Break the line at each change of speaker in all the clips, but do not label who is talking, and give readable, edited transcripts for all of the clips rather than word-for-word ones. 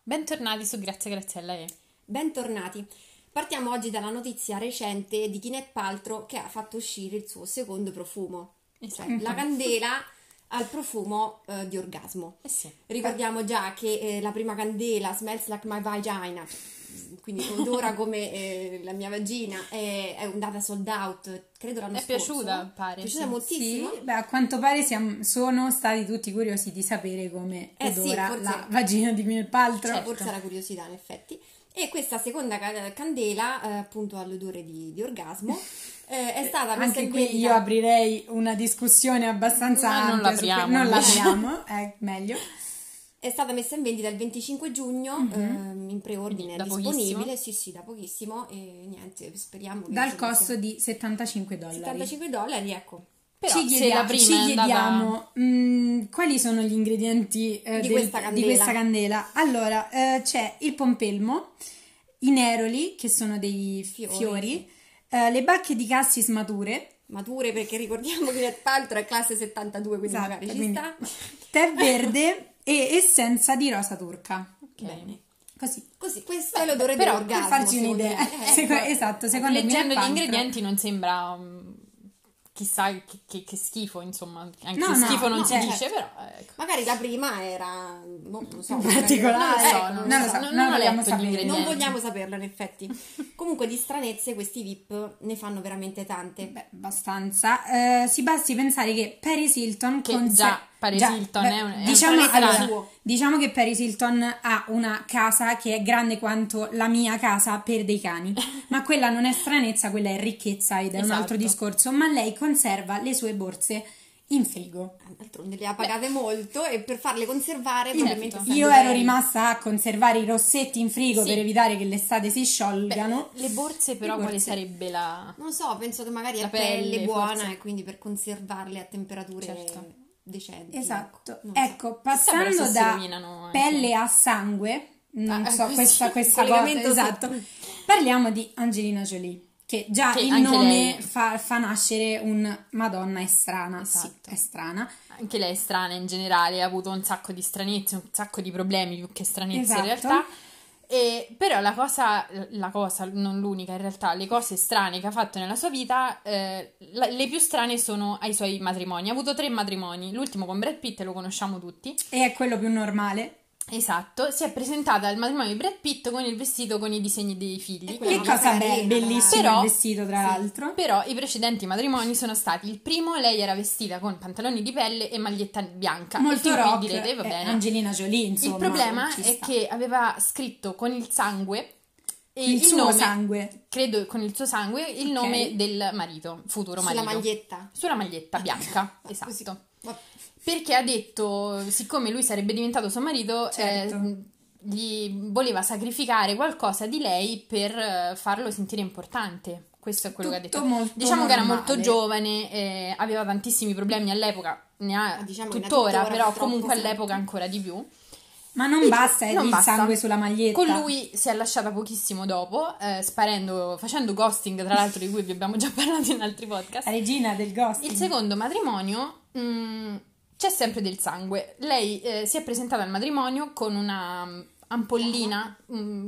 Bentornati su Grazie Graziella e...
Bentornati. Partiamo oggi dalla notizia recente di Gwyneth Paltrow che ha fatto uscire il suo secondo profumo. Cioè, la candela al profumo di orgasmo.
sì.
Ricordiamo già che la prima candela, Smells Like My Vagina, quindi odora come la mia vagina, è andata sold out, credo l'anno scorso.
È piaciuta, pare.
È piaciuta moltissimo.
Sì, a quanto pare sono stati tutti curiosi di sapere come odora la vagina di Gwyneth Paltrow.
Certo. Forse era curiosità in effetti. E questa seconda candela, appunto all'odore di orgasmo, è stata messa in vendita.
Anche qui io aprirei una discussione abbastanza ampia. Non l'apriamo, è meglio.
È stata messa in vendita il 25 giugno, in preordine, è disponibile,
pochissimo.
sì, da pochissimo, e niente, speriamo che...
Dal costo di $75.
$75, ecco.
Però
Ci chiediamo quali sono gli ingredienti di questa candela. Allora, c'è il pompelmo, i neroli, che sono dei fiori, le bacche di cassis mature,
perché ricordiamo che il Paltrow è classe 72, quindi
esatto,
magari ci sta.
Tè verde e essenza di rosa turca.
Bene.
Così,
questo è l'odore
però,
dell'orgasmo.
per farci un'idea.
Ecco.
Secondo
leggendo
me
gli ingredienti non sembra chissà che schifo, insomma, anche se schifo non si dice, però ecco.
Magari la prima era non so,
particolare,
non ho letto gli ingredienti.
Non vogliamo saperlo in effetti. Comunque di stranezze questi VIP ne fanno veramente tante.
Beh, abbastanza. Si basti pensare che Paris Hilton diciamo che Paris Hilton ha una casa che è grande quanto la mia casa per dei cani, ma quella non è stranezza, quella è ricchezza ed è un altro discorso. Ma lei conserva le sue borse in frigo.
D'altronde le ha pagate molto e per farle conservare probabilmente
io ero rimasta a conservare i rossetti in frigo per evitare che l'estate si sciolgano.
Le borse però quale sarebbe la...
Non so, penso che magari
la
è pelle buona
forse.
E quindi per conservarle a temperature decenti.
Esatto.
Ecco,
passando da pelle a sangue, non so questa cosa, esatto. Parliamo di Angelina Jolie. Che il nome fa nascere un Madonna è strana,
esatto.
Sì, è strana.
Anche lei è strana in generale, ha avuto un sacco di stranezze, un sacco di problemi più che stranezze
esatto.
in realtà. Però la cosa, non l'unica in realtà, le cose strane che ha fatto nella sua vita, le più strane sono ai suoi matrimoni. Ha avuto 3 matrimoni, l'ultimo con Brad Pitt lo conosciamo tutti.
E è quello più normale.
Esatto, si è presentata al matrimonio di Brad Pitt con il vestito con i disegni dei figli.
Che cosa bellissimo il vestito tra l'altro.
Però i precedenti matrimoni sono stati: il primo lei era vestita con pantaloni di pelle e maglietta bianca.
Molto
e
rock,
direte, va bene.
Angelina Jolie, insomma.
Il problema è che aveva scritto con il sangue
il suo
nome,
sangue.
Credo con il suo sangue, il nome del marito, futuro marito. Sulla maglietta bianca, esatto. Perché ha detto, siccome lui sarebbe diventato suo marito, gli voleva sacrificare qualcosa di lei per farlo sentire importante. Questo è quello che ha detto. Diciamo che era molto giovane, aveva tantissimi problemi all'epoca, ne ha tuttora, però comunque all'epoca ancora di più.
Ma non basta il sangue sulla maglietta.
Con lui si è lasciata pochissimo dopo, facendo ghosting, tra l'altro, di cui vi abbiamo già parlato in altri podcast.
Regina del ghosting.
Il secondo matrimonio c'è sempre del sangue. Lei si è presentata al matrimonio con una ampollina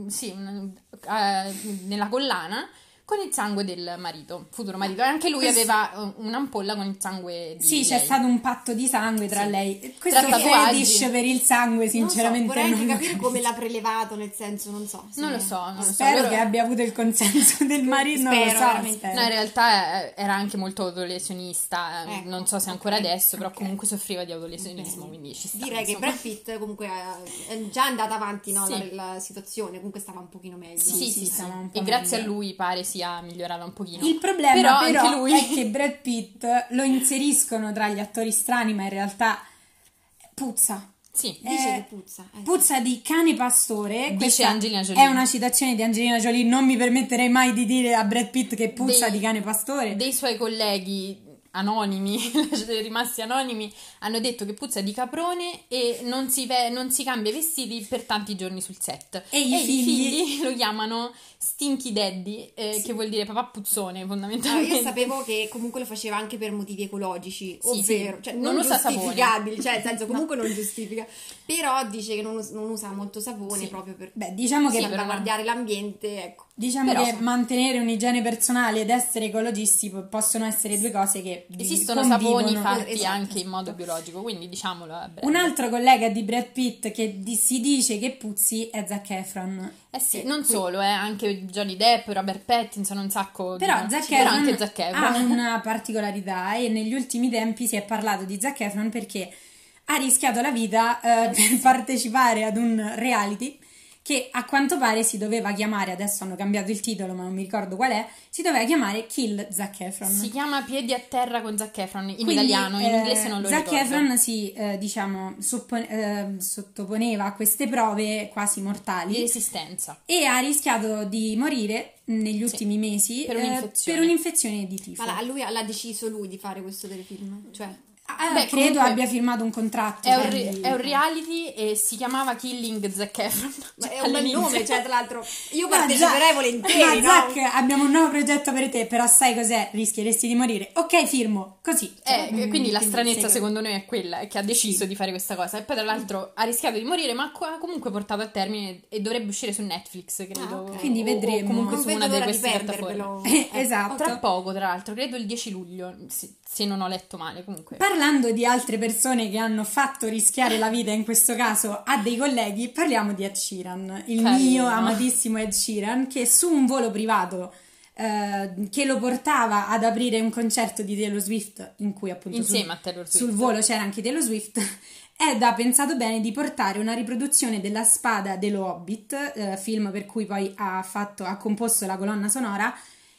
nella collana con il sangue del marito, futuro marito. E anche lui aveva un'ampolla con il sangue di lei.
C'è stato un patto di sangue tra lei. Questo fetish per il sangue, sinceramente,
vorrei anche capire come l'ha prelevato, nel senso, non so.
Non lo so.
Spero che abbia avuto il consenso del marito, non lo so.
No, in realtà era anche molto autolesionista, non so se ancora adesso, però comunque soffriva di autolesionismo, quindi ci sta.
Direi che Brad Pitt comunque è già andata avanti, no, la situazione, comunque stava un pochino meglio.
Sì. E grazie a lui pare sia migliorata un pochino.
Il problema però
anche lui
è che Brad Pitt lo inseriscono tra gli attori strani, ma in realtà puzza.
Sì, dice che puzza.
Puzza di cane pastore.
Dice Angelina Jolie.
È una citazione di Angelina Jolie. Non mi permetterei mai di dire a Brad Pitt che puzza di cane pastore.
Dei suoi colleghi anonimi, rimasti anonimi, hanno detto che puzza di caprone e non si cambia i vestiti per tanti giorni sul set.
E i figli
lo chiamano Stinky Daddy, che vuol dire papà puzzone fondamentalmente.
Io sapevo che comunque lo faceva anche per motivi ecologici, ovvero cioè,
non usa
giustificabili, cioè nel senso comunque non giustifica, però dice che non usa molto sapone proprio per
diciamo che
salvaguardare l'ambiente, ecco.
Diciamo che mantenere un'igiene personale ed essere ecologisti possono essere due cose che
esistono saponi fatti anche in modo biologico, quindi diciamolo a breve.
Un altro collega di Brad Pitt che si dice che puzzi è Zac Efron.
Non solo, anche Johnny Depp, Robert Pattinson, un sacco
però
di...
Zac Efron ha una particolarità e negli ultimi tempi si è parlato di Zac Efron perché ha rischiato la vita per partecipare ad un reality che a quanto pare si doveva chiamare, adesso hanno cambiato il titolo ma non mi ricordo qual è, si doveva chiamare Kill Zac Efron.
Si chiama Piedi a terra con Zac Efron, italiano, in inglese non lo ricordo.
Zac Efron si, sottoponeva a queste prove quasi mortali.
Di resistenza.
E ha rischiato di morire negli ultimi mesi per un'infezione di tifo.
Ma lui l'ha deciso lui di fare questo telefilm? Cioè...
credo abbia firmato un contratto.
È un reality e si chiamava Killing Zac Efron.
È un bel nome, cioè tra l'altro io parteciperei volentieri.
Ma Zac, abbiamo un nuovo progetto per te, però sai cos'è? Rischieresti di morire. Ok, firmo, così.
Quindi la stranezza secondo noi è quella, che ha deciso di fare questa cosa. E poi tra l'altro ha rischiato di morire, ma ha comunque portato a termine e dovrebbe uscire su Netflix, credo.
Quindi vedremo.
O comunque su una di queste piattaforme.
Esatto.
Tra poco, tra l'altro, credo il 10 luglio, se non ho letto male, comunque.
Parlando di altre persone che hanno fatto rischiare la vita, in questo caso a dei colleghi, parliamo di Ed Sheeran, il mio amatissimo Ed Sheeran, che su un volo privato che lo portava ad aprire un concerto di Taylor Swift, in cui appunto
insieme a Taylor Swift
sul volo c'era anche Taylor Swift, ed ha pensato bene di portare una riproduzione della Spada dello Hobbit, film per cui poi ha composto la colonna sonora.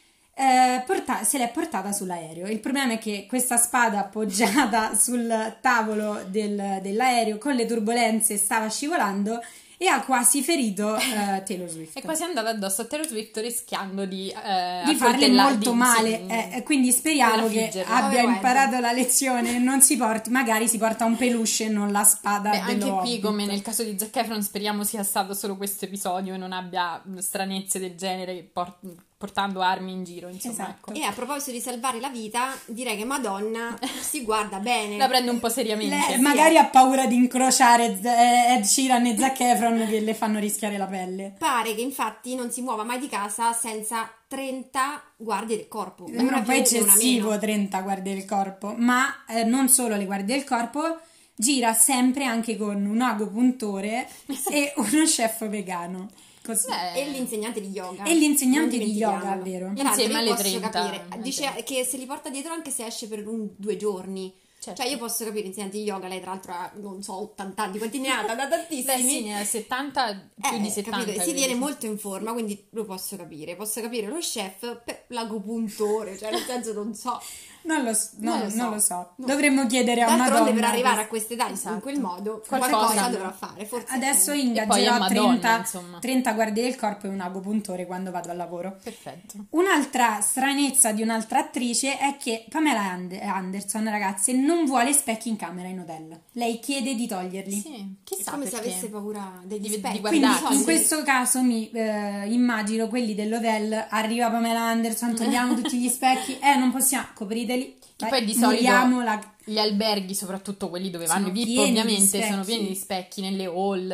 Se l'è portata sull'aereo. Il problema è che questa spada appoggiata sul tavolo dell'aereo con le turbolenze stava scivolando e ha quasi ferito Taylor Swift.
È quasi andata addosso a Taylor Swift rischiando di
farle molto male. Quindi speriamo che abbia imparato la lezione e non si porti, magari si porta un peluche e non la spada dello
anche qui
Hobbit.
come nel caso di Zac Efron speriamo sia stato solo questo episodio e non abbia stranezze del genere portando armi in giro, insomma.
Esatto.
Ecco.
E a proposito di salvare la vita, direi che Madonna si guarda bene.
La prende un po' seriamente.
Magari ha paura di incrociare Ed Sheeran e Zac Efron che le fanno rischiare la pelle.
Pare che infatti non si muova mai di casa senza 30 guardie del corpo.
È un po' eccessivo 30 guardie del corpo, ma non solo le guardie del corpo, gira sempre anche con un agopuntore e uno chef vegano.
E l'insegnante di yoga.
E l'insegnante di yoga, vero?
Insieme alle 30.
Capire. Dice che se li porta dietro anche se esce per 2 giorni.
Certo.
Cioè io posso capire l'insegnante di yoga, lei tra l'altro ha, non so, 80 anni, quanti ne ha? Da tantissimi.
Beh sì, ne ha 70, più di 70.
Capito? Si tiene molto in forma, quindi lo posso capire. Posso capire lo chef per l'agopuntore, cioè nel senso non so.
Non lo so. No. Dovremmo chiedere a Madonna.
Per arrivare a questa età in quel modo qualcosa dovrà fare. Forse
adesso ingaggerò 30 guardie del corpo e un agopuntore quando vado al lavoro.
Perfetto.
Un'altra stranezza di un'altra attrice è che Pamela Anderson, ragazze, non vuole specchi in camera in hotel. Lei chiede di toglierli.
Sì, chissà come
perché.
Se avesse paura degli specchi.
Quindi in questo caso mi immagino quelli dell'hotel, arriva Pamela Anderson, togliamo tutti gli specchi, non possiamo, copriteli.
Che poi di solito gli alberghi, soprattutto quelli dove vanno i VIP, ovviamente sono pieni di specchi nelle hall,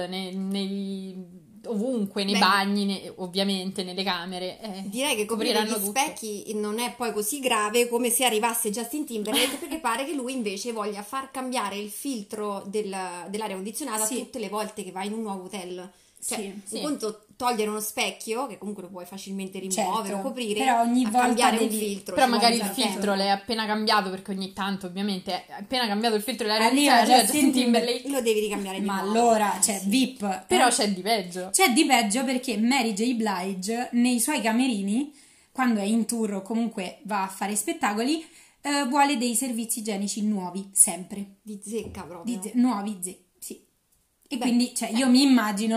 ovunque, nei bagni, ovviamente nelle camere.
Direi che coprire gli specchi non è poi così grave come se arrivasse Justin Timberlake, perché pare che lui invece voglia far cambiare il filtro dell'aria condizionata tutte le volte che va in un nuovo hotel. Cioè, un conto togliere uno specchio, che comunque lo puoi facilmente rimuovere o coprire,
però ogni volta
cambiare un filtro.
Però magari il filtro l'hai appena cambiato, perché ogni tanto ovviamente appena cambiato il filtro dell'aria condizionata Justin Timberlake
lo devi ricambiare di nuovo.
Ma allora c'è VIP.
Però c'è di peggio.
C'è di peggio perché Mary J. Blige nei suoi camerini, quando è in tour o comunque va a fare spettacoli, vuole dei servizi igienici nuovi, sempre.
Di zecca proprio.
Nuovi, sì. E quindi io mi immagino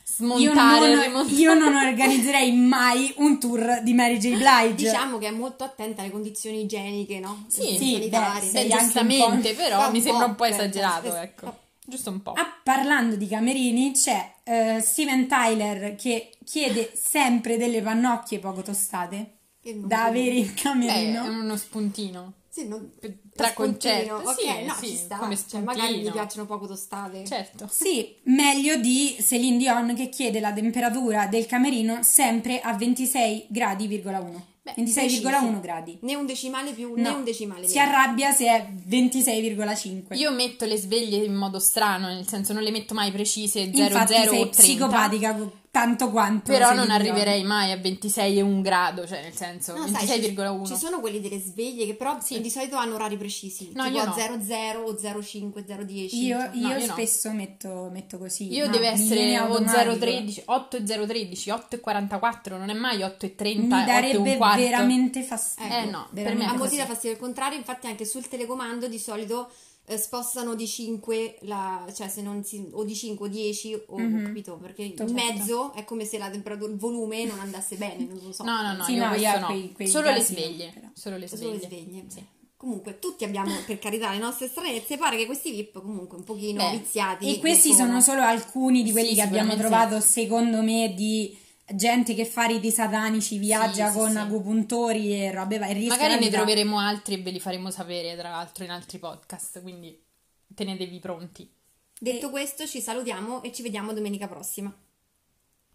smontare.
Io non organizzerei mai un tour di Mary J. Blige.
Diciamo che è molto attenta alle condizioni igieniche, no?
Sì, giustamente, però mi sembra un po' esagerato, ecco. Giusto un po'.
Parlando di camerini, c'è Steven Tyler che chiede sempre delle pannocchie poco tostate da avere in camerino.
È uno spuntino.
Sì,
tra concerti.
Ok, no, ci sta.
Come
magari gli piacciono poco tostate.
Certo.
Sì, meglio di Celine Dion che chiede la temperatura del camerino sempre a 26 gradi,1. 26,1 gradi.
Né un decimale più, né un decimale meno.
Si arrabbia se è 26,5.
Io metto le sveglie in modo strano, nel senso non le metto mai precise 00
Infatti
o 30.
Sei psicopatica tanto quanto.
Però non arriverei mai a 26,1 grado, cioè nel senso 26,1.
Ci sono quelli delle sveglie che però di solito hanno orari precisi,
no,
tipo
io no.
00 o 05, 010.
Io spesso metto così.
Io deve essere o 013, 8 e 013, 8 e 44, non è mai 8 e 30,
mi darebbe
8 e un quarto.
veramente fastidio.
No,
per me a molti dà fastidio, al contrario, infatti anche sul telecomando di solito spostano di 5 cioè se non si, o di 5 o 10 o capito, perché in mezzo è come se la temperatura, il volume non andasse bene, non lo so.
No,
sì,
io
no.
Solo le sveglie, solo le
sveglie.
Sì.
Comunque tutti abbiamo, per carità, le nostre stranezze. Pare che questi VIP comunque un pochino viziati.
E questi sono solo alcuni di quelli che abbiamo trovato, secondo me, di gente che fa riti satanici, viaggia con agopuntori e robe varie.
Magari ne troveremo altri e ve li faremo sapere, tra l'altro, in altri podcast, quindi tenetevi pronti.
Detto questo, ci salutiamo e ci vediamo domenica prossima.